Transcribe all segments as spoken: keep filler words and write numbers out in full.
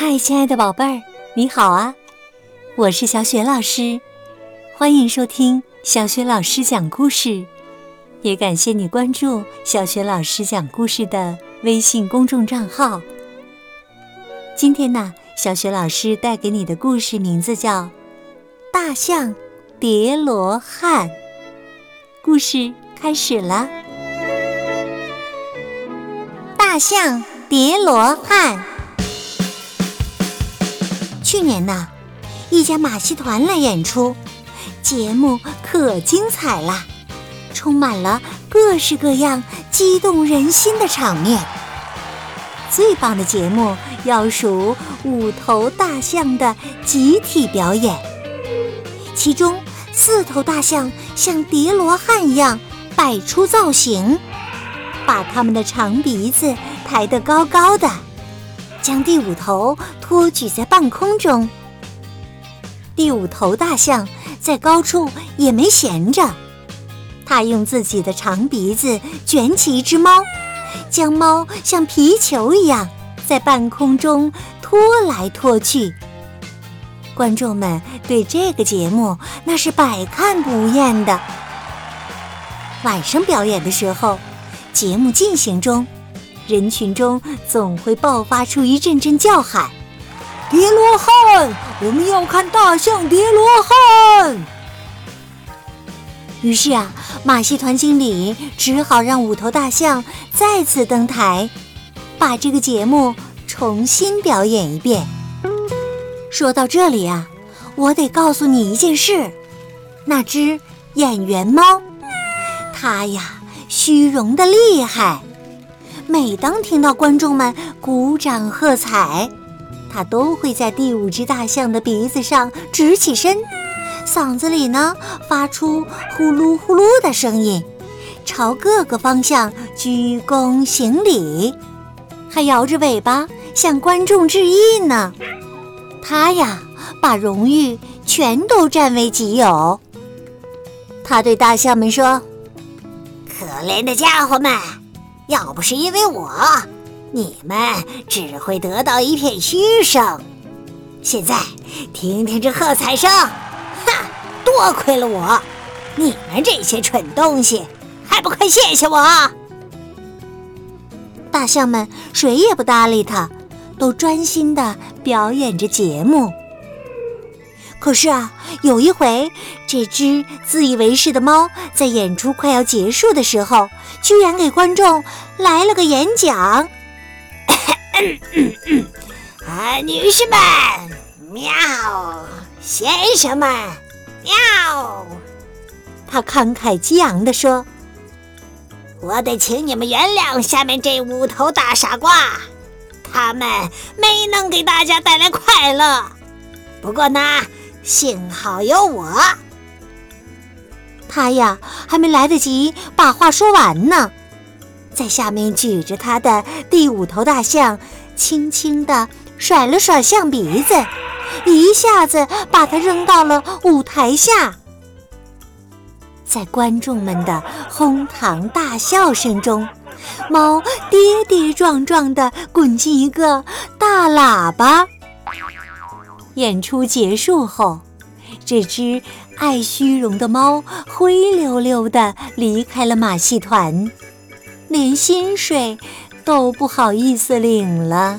嗨，亲爱的宝贝儿，你好啊！我是小雪老师，欢迎收听小雪老师讲故事，也感谢你关注小雪老师讲故事的微信公众账号。今天呢，小雪老师带给你的故事名字叫《大象叠罗汉》。故事开始了。大象叠罗汉。去年呢，一家马戏团来演出，节目可精彩了，充满了各式各样激动人心的场面。最棒的节目要数五头大象的集体表演，其中四头大象像叠罗汉一样摆出造型，把它们的长鼻子抬得高高的，将第五头托举在半空中。第五头大象在高处也没闲着，它用自己的长鼻子卷起一只猫，将猫像皮球一样在半空中拖来拖去。观众们对这个节目那是百看不厌的。晚上表演的时候，节目进行中，人群中总会爆发出一阵阵叫喊：叠罗汉，我们要看大象叠罗汉！于是啊，马戏团经理只好让五头大象再次登台，把这个节目重新表演一遍。说到这里啊，我得告诉你一件事，那只演员猫，它呀虚荣的厉害。每当听到观众们鼓掌喝彩，它都会在第五只大象的鼻子上直起身，嗓子里呢发出呼噜呼噜的声音，朝各个方向鞠躬行礼，还摇着尾巴向观众致意呢。它呀把荣誉全都占为己有。它对大象们说：可怜的家伙们，要不是因为我，你们只会得到一片嘘声。现在听听这喝彩声，哈，多亏了我，你们这些蠢东西，还不快谢谢我！大象们谁也不搭理他，都专心地表演着节目。可是啊，有一回，这只自以为是的猫在演出快要结束的时候，居然给观众来了个演讲。啊，女士们，喵！先生们，喵！他慷慨激昂地说：我得请你们原谅下面这五头大傻瓜，他们没能给大家带来快乐。不过呢，幸好有我。他呀，还没来得及把话说完呢，在下面举着他的第五头大象，轻轻地甩了甩象鼻子，一下子把它扔到了舞台下。在观众们的哄堂大笑声中，猫跌跌撞撞地滚进一个大喇叭。演出结束后，这只爱虚荣的猫灰溜溜地离开了马戏团，连薪水都不好意思领了。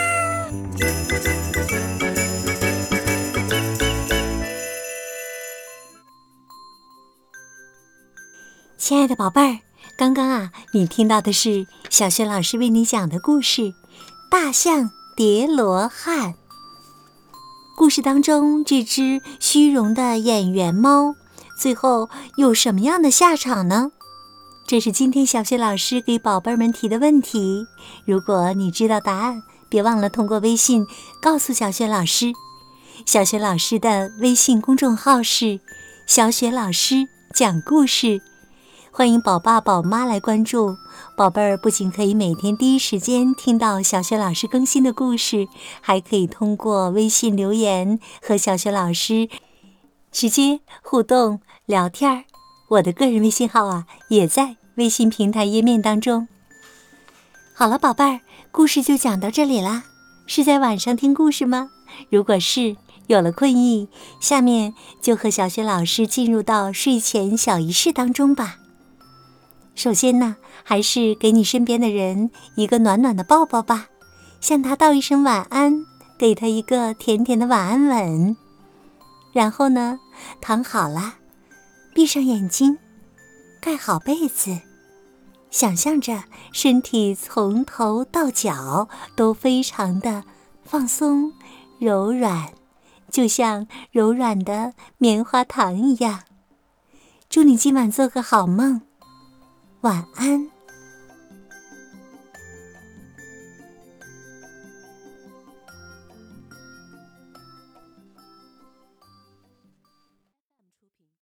亲爱的宝贝儿，刚刚啊，你听到的是小雪老师为你讲的故事《大象叠罗汉》。故事当中，这只虚荣的演员猫最后有什么样的下场呢？这是今天小雪老师给宝贝们提的问题。如果你知道答案，别忘了通过微信告诉小雪老师。小雪老师的微信公众号是小雪老师讲故事，欢迎宝爸宝妈来关注。宝贝儿不仅可以每天第一时间听到小雪老师更新的故事，还可以通过微信留言和小雪老师直接互动聊天。我的个人微信号啊，也在微信平台页面当中。好了，宝贝儿，故事就讲到这里啦。 是在晚上听故事吗？如果是，有了困意，下面就和小雪老师进入到睡前小仪式当中吧。首先呢，还是给你身边的人一个暖暖的抱抱吧，向他道一声晚安，给他一个甜甜的晚安吻。然后呢，躺好了，闭上眼睛，盖好被子，想象着身体从头到脚都非常的放松柔软，就像柔软的棉花糖一样。祝你今晚做个好梦，晚安。